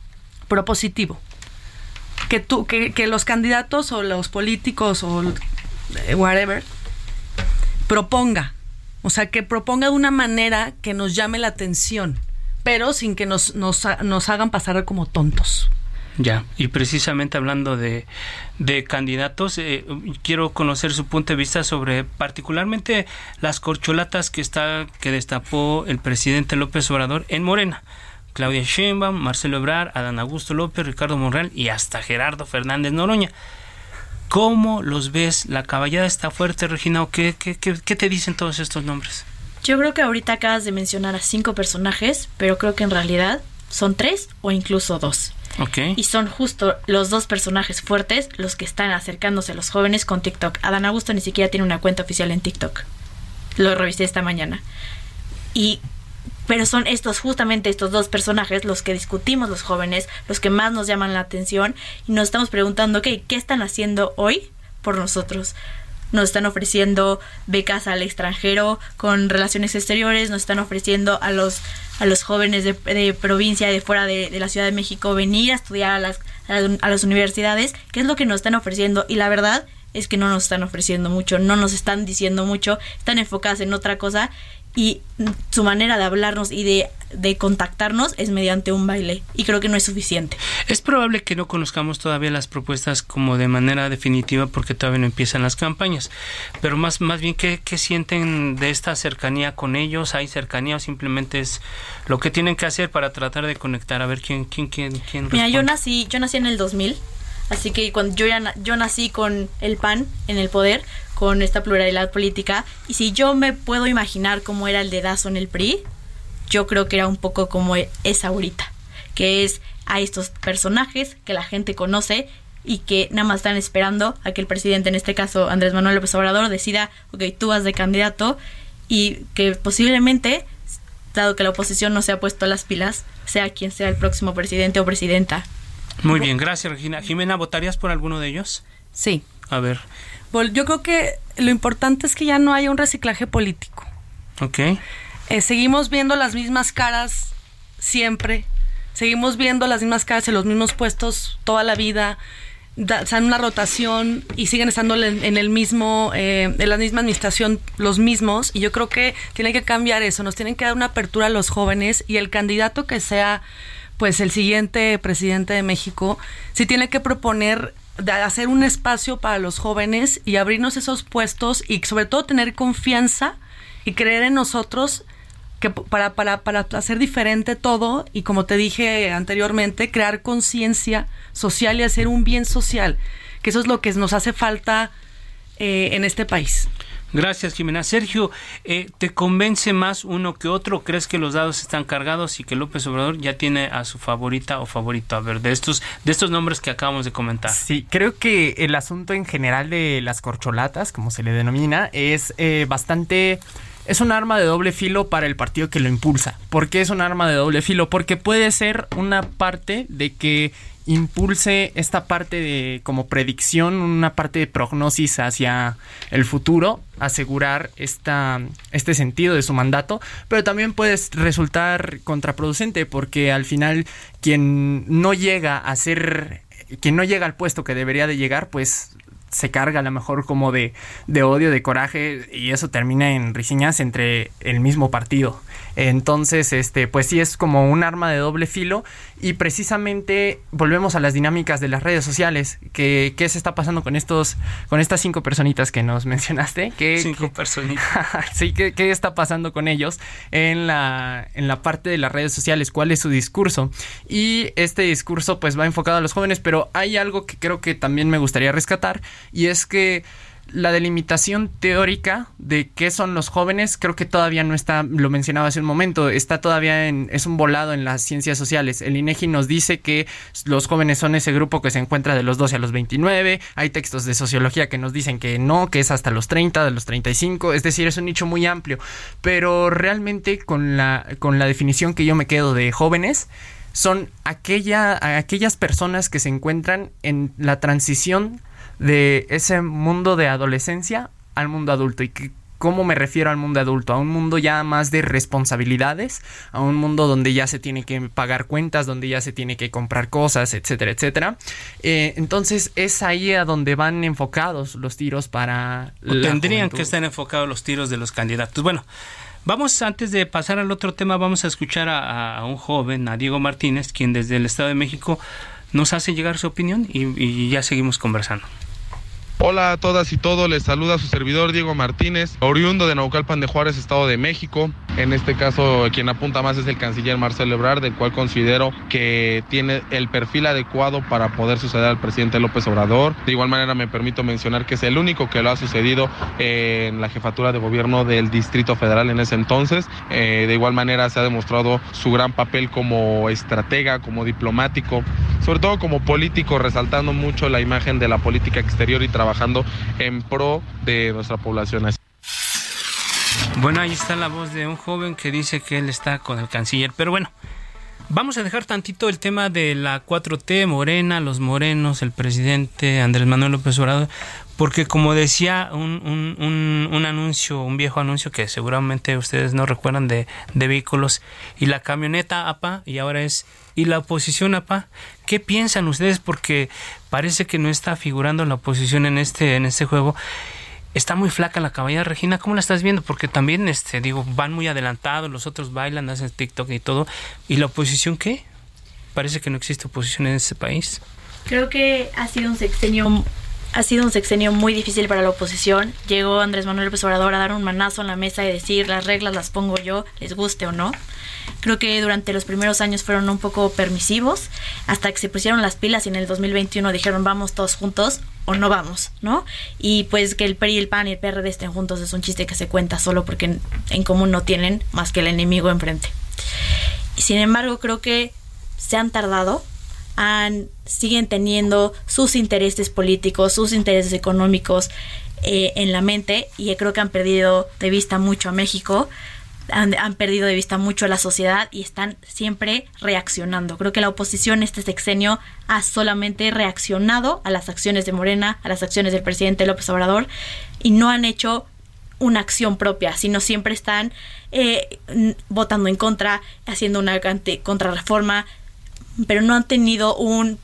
Que los candidatos o los políticos o whatever proponga. O sea, que proponga de una manera que nos llame la atención, pero sin que nos hagan pasar como tontos. Ya, y precisamente hablando de candidatos, quiero conocer su punto de vista sobre particularmente las corcholatas que destapó el presidente López Obrador en Morena. Claudia Sheinbaum, Marcelo Ebrard, Adán Augusto López, Ricardo Monreal y hasta Gerardo Fernández Noroña. ¿Cómo los ves? ¿La caballada está fuerte, Regina? ¿O qué te dicen todos estos nombres? Yo creo que ahorita acabas de mencionar a 5 personajes, pero creo que en realidad son 3 o incluso 2. Okay. Y son justo los 2 personajes fuertes los que están acercándose a los jóvenes con TikTok. Adán Augusto ni siquiera tiene una cuenta oficial en TikTok. Lo revisé esta mañana. Pero son justamente estos 2 personajes los que discutimos los jóvenes, los que más nos llaman la atención y nos estamos preguntando, ¿qué están haciendo hoy por nosotros? Nos están ofreciendo becas al extranjero con relaciones exteriores, nos están ofreciendo a los jóvenes de provincia, de fuera de la Ciudad de México, venir a estudiar a las universidades. ¿Qué es lo que nos están ofreciendo? Y la verdad es que no nos están ofreciendo mucho, no nos están diciendo mucho, están enfocadas en otra cosa. Y su manera de hablarnos y de contactarnos es mediante un baile. Y creo que no es suficiente. Es probable que no conozcamos todavía las propuestas como de manera definitiva porque todavía no empiezan las campañas. Pero más bien, ¿qué sienten de esta cercanía con ellos? ¿Hay cercanía o simplemente es lo que tienen que hacer para tratar de conectar? A ver, ¿quién responde? Mira, yo nací en el 2000. Así que cuando yo nací con el PAN en el poder, con esta pluralidad política, y si yo me puedo imaginar cómo era el dedazo en el PRI, yo creo que era un poco como es ahorita, que es a estos personajes que la gente conoce y que nada más están esperando a que el presidente, en este caso Andrés Manuel López Obrador, decida, ok, tú vas de candidato, y que posiblemente, dado que la oposición no se ha puesto las pilas, sea quien sea el próximo presidente o presidenta. Muy bien, gracias, Regina. Jimena, ¿votarías por alguno de ellos? Sí. A ver. Yo creo que lo importante es que ya no haya un reciclaje político. Ok. Seguimos viendo las mismas caras siempre. Seguimos viendo las mismas caras en los mismos puestos toda la vida. Dan una rotación y siguen estando en la misma administración los mismos. Y yo creo que tiene que cambiar eso. Nos tienen que dar una apertura a los jóvenes y el candidato que sea pues el siguiente presidente de México sí tiene que proponer de hacer un espacio para los jóvenes y abrirnos esos puestos y sobre todo tener confianza y creer en nosotros que para hacer diferente todo y, como te dije anteriormente, crear conciencia social y hacer un bien social, que eso es lo que nos hace falta en este país. Gracias, Jimena. Sergio, ¿te convence más uno que otro? ¿Crees que los dados están cargados y que López Obrador ya tiene a su favorita o favorito? A ver, de estos nombres que acabamos de comentar. Sí, creo que el asunto en general de las corcholatas, como se le denomina, es bastante... Es un arma de doble filo para el partido que lo impulsa. ¿Por qué es un arma de doble filo? Porque puede ser una parte de que impulse esta parte de como predicción, una parte de prognosis hacia el futuro, asegurar este sentido de su mandato, pero también puede resultar contraproducente porque al final quien no llega al puesto que debería de llegar, pues se carga a lo mejor como de odio, de coraje, y eso termina en riñas entre el mismo partido. Entonces, pues sí es como un arma de doble filo, y precisamente volvemos a las dinámicas de las redes sociales. ¿Qué se está pasando con estas 5 personitas que nos mencionaste? 5 personitas. Sí, ¿qué está pasando con ellos en la parte de las redes sociales? ¿Cuál es su discurso? Y este discurso pues va enfocado a los jóvenes, pero hay algo que creo que también me gustaría rescatar, y es que la delimitación teórica de qué son los jóvenes creo que todavía no está, lo mencionaba hace un momento, está todavía es un volado en las ciencias sociales. El INEGI nos dice que los jóvenes son ese grupo que se encuentra de los 12 a los 29, hay textos de sociología que nos dicen que no, que es hasta los 30, de los 35, es decir, es un nicho muy amplio, pero realmente con la definición que yo me quedo de jóvenes, son aquellas personas que se encuentran en la transición de ese mundo de adolescencia al mundo adulto. ¿Y cómo me refiero al mundo adulto? A un mundo ya más de responsabilidades, a un mundo donde ya se tiene que pagar cuentas, donde ya se tiene que comprar cosas, etcétera, etcétera. Entonces es ahí a donde van enfocados los tiros para la tendrían juventud. que estar enfocados los tiros de los candidatos. Bueno, vamos, antes de pasar al otro tema, vamos a escuchar a un joven, a Diego Martínez, quien desde el Estado de México nos hace llegar su opinión y ya seguimos conversando. Hola a todas y todos, les saluda su servidor Diego Martínez, oriundo de Naucalpan de Juárez, Estado de México. En este caso, quien apunta más es el canciller Marcelo Ebrard, del cual considero que tiene el perfil adecuado para poder suceder al presidente López Obrador. De igual manera, me permito mencionar que es el único que lo ha sucedido en la jefatura de gobierno del Distrito Federal en ese entonces. De igual manera, se ha demostrado su gran papel como estratega, como diplomático, sobre todo como político, resaltando mucho la imagen de la política exterior y trabajando en pro de nuestra población. Bueno, ahí está la voz de un joven que dice que él está con el canciller. Pero bueno, vamos a dejar tantito el tema de la 4T, Morena, los morenos, el presidente Andrés Manuel López Obrador, porque como decía un anuncio, un viejo anuncio que seguramente ustedes no recuerdan de vehículos, y la camioneta APA, y ahora es y la oposición APA. ¿Qué piensan ustedes? Porque parece que no está figurando la oposición en este juego. Está muy flaca la caballera Regina, ¿cómo la estás viendo? Porque también van muy adelantados, los otros bailan, hacen TikTok y todo. ¿Y la oposición qué? Parece que no existe oposición en este país. Creo que ha sido un sexenio muy difícil para la oposición. Llegó Andrés Manuel López Obrador a dar un manazo en la mesa y decir: las reglas las pongo yo, les guste o no. Creo que durante los primeros años fueron un poco permisivos, hasta que se pusieron las pilas y en el 2021 dijeron: vamos todos juntos o no vamos, ¿no? Y pues que el PRI, el PAN y el PRD estén juntos es un chiste que se cuenta solo porque en común no tienen más que el enemigo enfrente. Y sin embargo, creo que se han tardado, siguen teniendo sus intereses políticos, sus intereses económicos en la mente, y creo que han perdido de vista mucho a México, han perdido de vista mucho a la sociedad y están siempre reaccionando. Creo que la oposición este sexenio ha solamente reaccionado a las acciones de Morena, a las acciones del presidente López Obrador, y no han hecho una acción propia, sino siempre están votando en contra, haciendo una contrarreforma, pero no han tenido un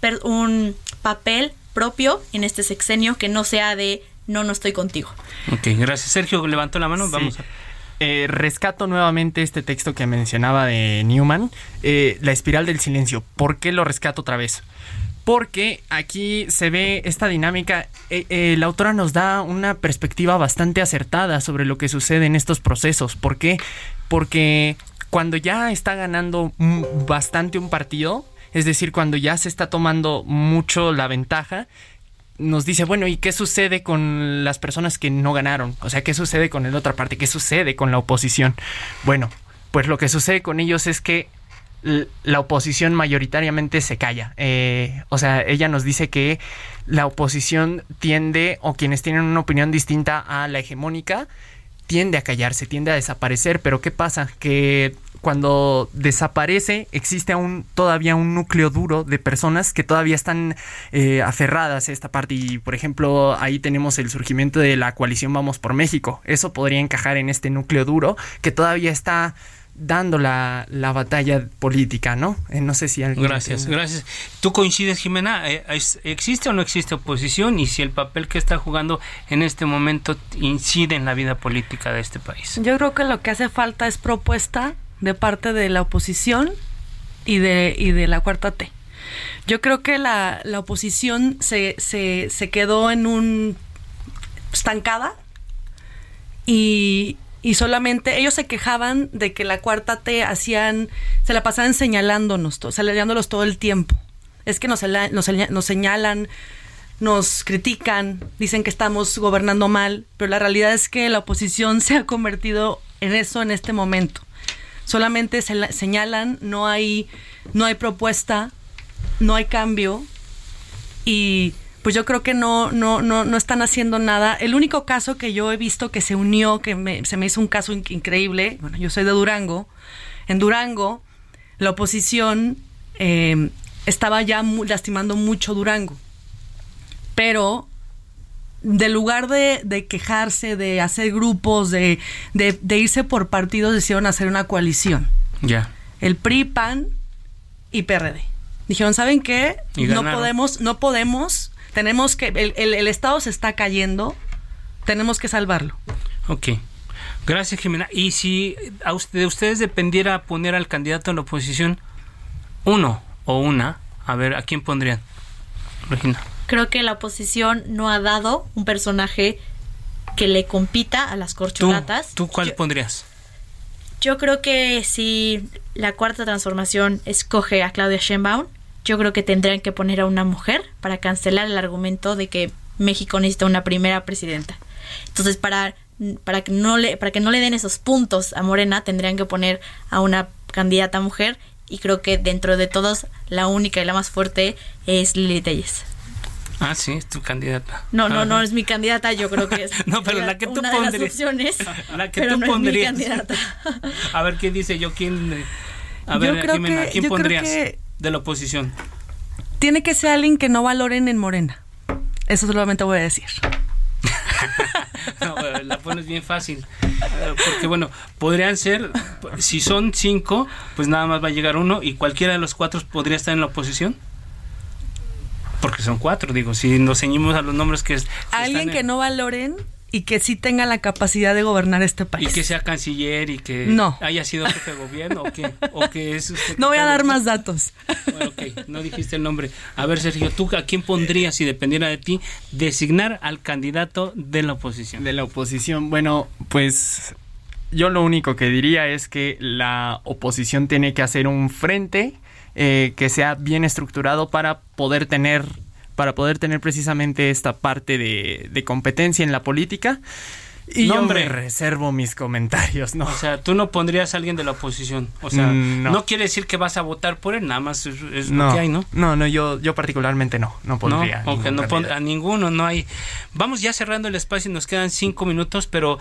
papel propio en este sexenio que no sea de no estoy contigo. Ok, gracias. Sergio levantó la mano, sí. Vamos a... rescato nuevamente este texto que mencionaba de Newman, La espiral del silencio. ¿Por qué lo rescato otra vez? Porque aquí se ve esta dinámica. La autora nos da una perspectiva bastante acertada sobre lo que sucede en estos procesos. ¿Por qué? Porque cuando ya está ganando bastante un partido, es decir, cuando ya se está tomando mucho la ventaja, nos dice, bueno, ¿y qué sucede con las personas que no ganaron? O sea, ¿qué sucede con la otra parte? ¿Qué sucede con la oposición? Bueno, pues lo que sucede con ellos es que la oposición mayoritariamente se calla. O sea, ella nos dice que la oposición tiende, o quienes tienen una opinión distinta a la hegemónica, tiende a callarse, tiende a desaparecer. Pero ¿qué pasa? Que cuando desaparece existe todavía un núcleo duro de personas que todavía están aferradas a esta parte, y por ejemplo ahí tenemos el surgimiento de la coalición Vamos por México. Eso podría encajar en este núcleo duro que todavía está dando la batalla política, ¿no? No sé si alguien... Gracias. ¿Tú coincides, Jimena? ¿Existe o no existe oposición? Y si el papel que está jugando en este momento incide en la vida política de este país. Yo creo que lo que hace falta es propuesta de parte de la oposición y de la 4T. Yo creo que la oposición se quedó en estancada y solamente ellos se quejaban de que la 4T se la pasaban señalándonos, señalándolos todo el tiempo. Es que nos señalan nos critican, dicen que estamos gobernando mal, pero la realidad es que la oposición se ha convertido en eso en este momento. Solamente señalan, no hay propuesta, no hay cambio, y pues yo creo que no están haciendo nada. El único caso que yo he visto que se unió, se me hizo un caso increíble, bueno, yo soy de Durango. En Durango, la oposición estaba ya lastimando mucho Durango, pero de lugar de quejarse, de hacer grupos, de irse por partidos, decidieron hacer una coalición. Ya. El PRI, PAN y PRD. Dijeron, ¿saben qué? No podemos, tenemos que, el Estado se está cayendo, tenemos que salvarlo. Ok. Gracias, Jimena. Y si de ustedes dependiera poner al candidato en la oposición, uno o una, a ver, ¿a quién pondrían? Regina. Creo que la oposición no ha dado un personaje que le compita a las corcholatas. ¿Tú cuál pondrías? Yo creo que si la Cuarta Transformación escoge a Claudia Sheinbaum, yo creo que tendrían que poner a una mujer para cancelar el argumento de que México necesita una primera presidenta. Entonces, para que no le den esos puntos a Morena, tendrían que poner a una candidata mujer, y creo que dentro de todos la única y la más fuerte es Lili Telles. Ah, sí, es tu candidata. No es mi candidata, yo creo que es no, pero la que tú una pondrías. De las opciones, la que pero tú no pondrías. Es mi candidata. A ver, ¿qué dice yo? ¿Quién? A ver, Jimena, ¿quién pondrías de la oposición? Tiene que ser alguien que no valoren en Morena. Eso solamente voy a decir. No, la pones bien fácil. Porque bueno, podrían ser, si son 5, pues nada más va a llegar uno, y cualquiera de los 4 podría estar en la oposición. Porque son 4, digo, si nos ceñimos a los nombres que alguien que no valoren y que sí tenga la capacidad de gobernar este país. Y que sea canciller y que haya sido jefe de gobierno, o que es usted. No voy a dar más datos. Bueno, ok, no dijiste el nombre. A ver, Sergio, ¿tú a quién pondrías, si dependiera de ti, designar al candidato de la oposición? De la oposición, bueno, pues yo lo único que diría es que la oposición tiene que hacer un frente que sea bien estructurado para poder tener precisamente esta parte de competencia en la política. Y yo me reservo mis comentarios, ¿no? O sea, tú no pondrías a alguien de la oposición. O sea, no quiere decir que vas a votar por él, nada más es lo que hay, ¿no? No, yo particularmente no pondría. A ninguno, no hay. Vamos ya cerrando el espacio y nos quedan 5 minutos, pero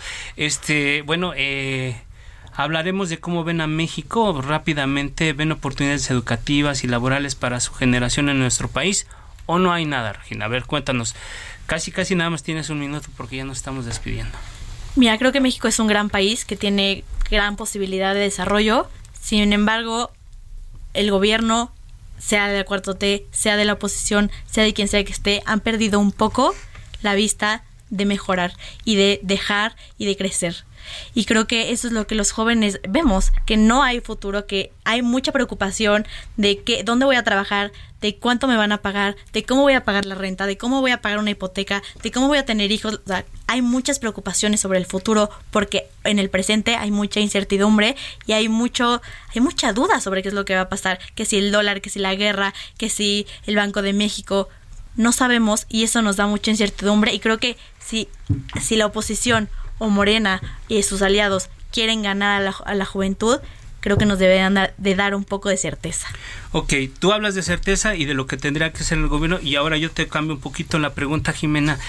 hablaremos de cómo ven a México rápidamente. ¿Ven oportunidades educativas y laborales para su generación en nuestro país? ¿O no hay nada, Regina? A ver, cuéntanos. Casi nada más tienes un minuto porque ya nos estamos despidiendo. Mira, creo que México es un gran país que tiene gran posibilidad de desarrollo. Sin embargo, el gobierno, sea de la 4T, sea de la oposición, sea de quien sea que esté, han perdido un poco la vista de mejorar y de dejar y de crecer. Y creo que eso es lo que los jóvenes vemos, que no hay futuro, que hay mucha preocupación de dónde voy a trabajar, de cuánto me van a pagar, de cómo voy a pagar la renta, de cómo voy a pagar una hipoteca, de cómo voy a tener hijos. O sea, hay muchas preocupaciones sobre el futuro porque en el presente hay mucha incertidumbre y hay mucha duda sobre qué es lo que va a pasar, que si el dólar, que si la guerra, que si el Banco de México. No sabemos, y eso nos da mucha incertidumbre, y creo que si la oposición o Morena y sus aliados quieren ganar a la juventud, creo que nos deben de dar un poco de certeza. Ok, tú hablas de certeza y de lo que tendría que hacer el gobierno, y ahora yo te cambio un poquito la pregunta, Jimena.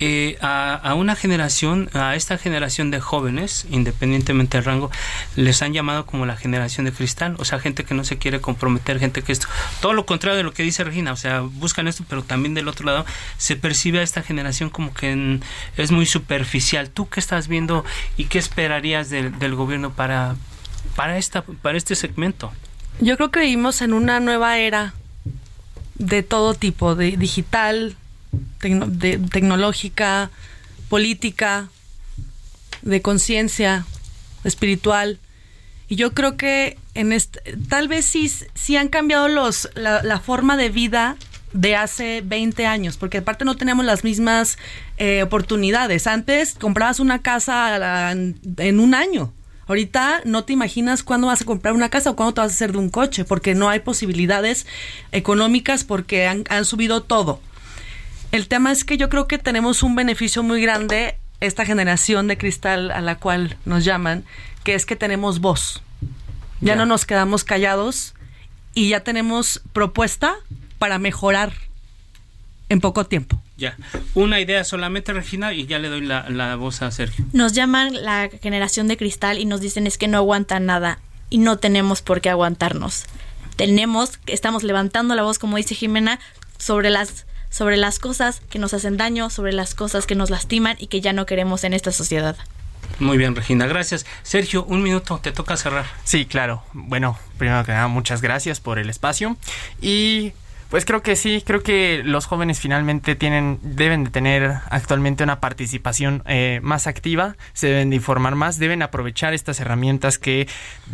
A esta generación de jóvenes, independientemente del rango, les han llamado como la generación de cristal, o sea, gente que no se quiere comprometer, gente que todo lo contrario de lo que dice Regina, o sea, buscan esto, pero también del otro lado se percibe a esta generación como que es muy superficial. ¿Tú qué estás viendo y qué esperarías del gobierno para este segmento? Yo creo que vivimos en una nueva era de todo tipo, de digital, de tecnológica, política, de conciencia, espiritual. Y yo creo que tal vez sí han cambiado la forma de vida de hace 20 años, porque aparte no tenemos las mismas oportunidades. Antes comprabas una casa en un año. Ahorita no te imaginas cuándo vas a comprar una casa o cuándo te vas a hacer de un coche, porque no hay posibilidades económicas, porque han subido todo. El tema es que yo creo que tenemos un beneficio muy grande, esta generación de cristal a la cual nos llaman, que es que tenemos voz. Ya no nos quedamos callados y ya tenemos propuesta para mejorar en poco tiempo. Ya, una idea solamente, Regina, y ya le doy la voz a Sergio. Nos llaman la generación de cristal y nos dicen es que no aguantan nada y no tenemos por qué aguantarnos. Estamos levantando la voz, como dice Jimena, sobre las cosas que nos hacen daño, sobre las cosas que nos lastiman y que ya no queremos en esta sociedad. Muy bien, Regina, gracias. Sergio, un minuto, te toca cerrar. Sí, claro. Bueno, primero que nada, muchas gracias por el espacio. Y pues creo que los jóvenes finalmente deben de tener actualmente una participación más activa, se deben de informar más, debemos aprovechar estas herramientas que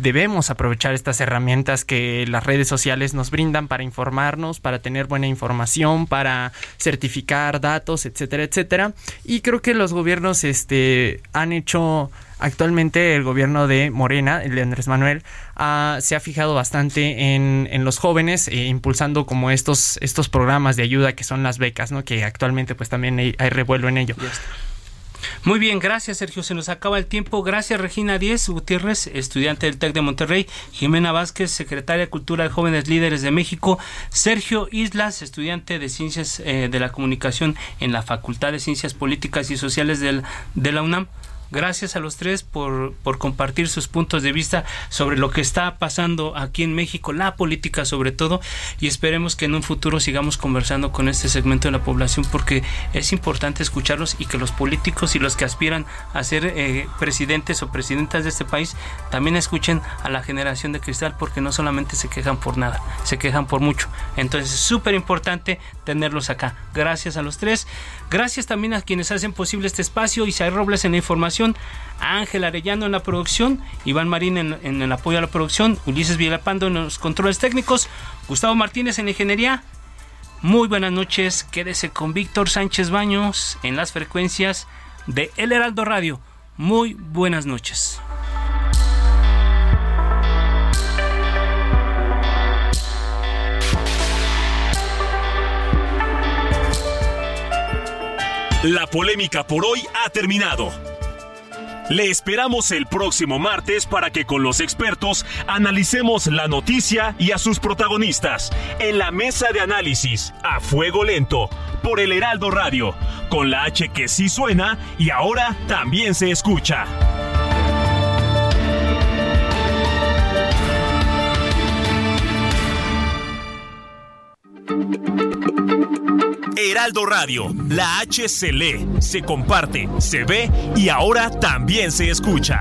las redes sociales nos brindan para informarnos, para tener buena información, para certificar datos, etcétera, etcétera. Y creo que los gobiernos han hecho... Actualmente el gobierno de Morena, el de Andrés Manuel, se ha fijado bastante en los jóvenes, impulsando como estos programas de ayuda que son las becas, ¿no? Que actualmente pues también hay revuelo en ello. Muy bien, gracias, Sergio. Se nos acaba el tiempo. Gracias, Regina Díez Gutiérrez, estudiante del TEC de Monterrey. Jimena Vázquez, secretaria de Cultura de Jóvenes Líderes de México. Sergio Islas, estudiante de Ciencias de la Comunicación en la Facultad de Ciencias Políticas y Sociales de la UNAM. Gracias a los tres por compartir sus puntos de vista sobre lo que está pasando aquí en México, la política sobre todo, y esperemos que en un futuro sigamos conversando con este segmento de la población, porque es importante escucharlos y que los políticos y los que aspiran a ser presidentes o presidentas de este país también escuchen a la generación de cristal, porque no solamente se quejan por nada, se quejan por mucho. Entonces es súper importante tenerlos acá. Gracias a los tres. Gracias también a quienes hacen posible este espacio: Isaí Robles en la información, Ángel Arellano en la producción, Iván Marín en el apoyo a la producción, Ulises Villalpando en los controles técnicos, Gustavo Martínez en la ingeniería. Muy buenas noches, quédese con Víctor Sánchez Baños en las frecuencias de El Heraldo Radio. Muy buenas noches. La polémica por hoy ha terminado. Le esperamos el próximo martes para que con los expertos analicemos la noticia y a sus protagonistas en la mesa de análisis a fuego lento por El Heraldo Radio, con la H que sí suena y ahora también se escucha. Heraldo Radio, la H se lee, se comparte, se ve y ahora también se escucha.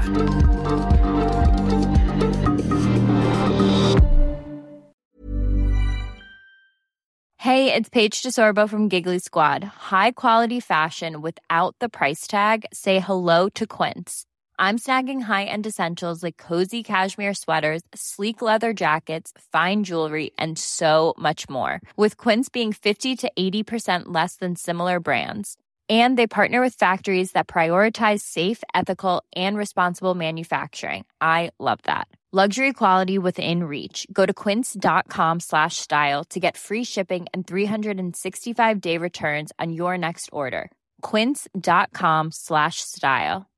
Hey, it's Paige DeSorbo from Giggly Squad. High quality fashion without the price tag. Say hello to Quince. I'm snagging high-end essentials like cozy cashmere sweaters, sleek leather jackets, fine jewelry, and so much more. With Quince being 50 to 80% less than similar brands. And they partner with factories that prioritize safe, ethical, and responsible manufacturing. I love that. Luxury quality within reach. Go to quince.com/style to get free shipping and 365-day returns on your next order. Quince.com/style.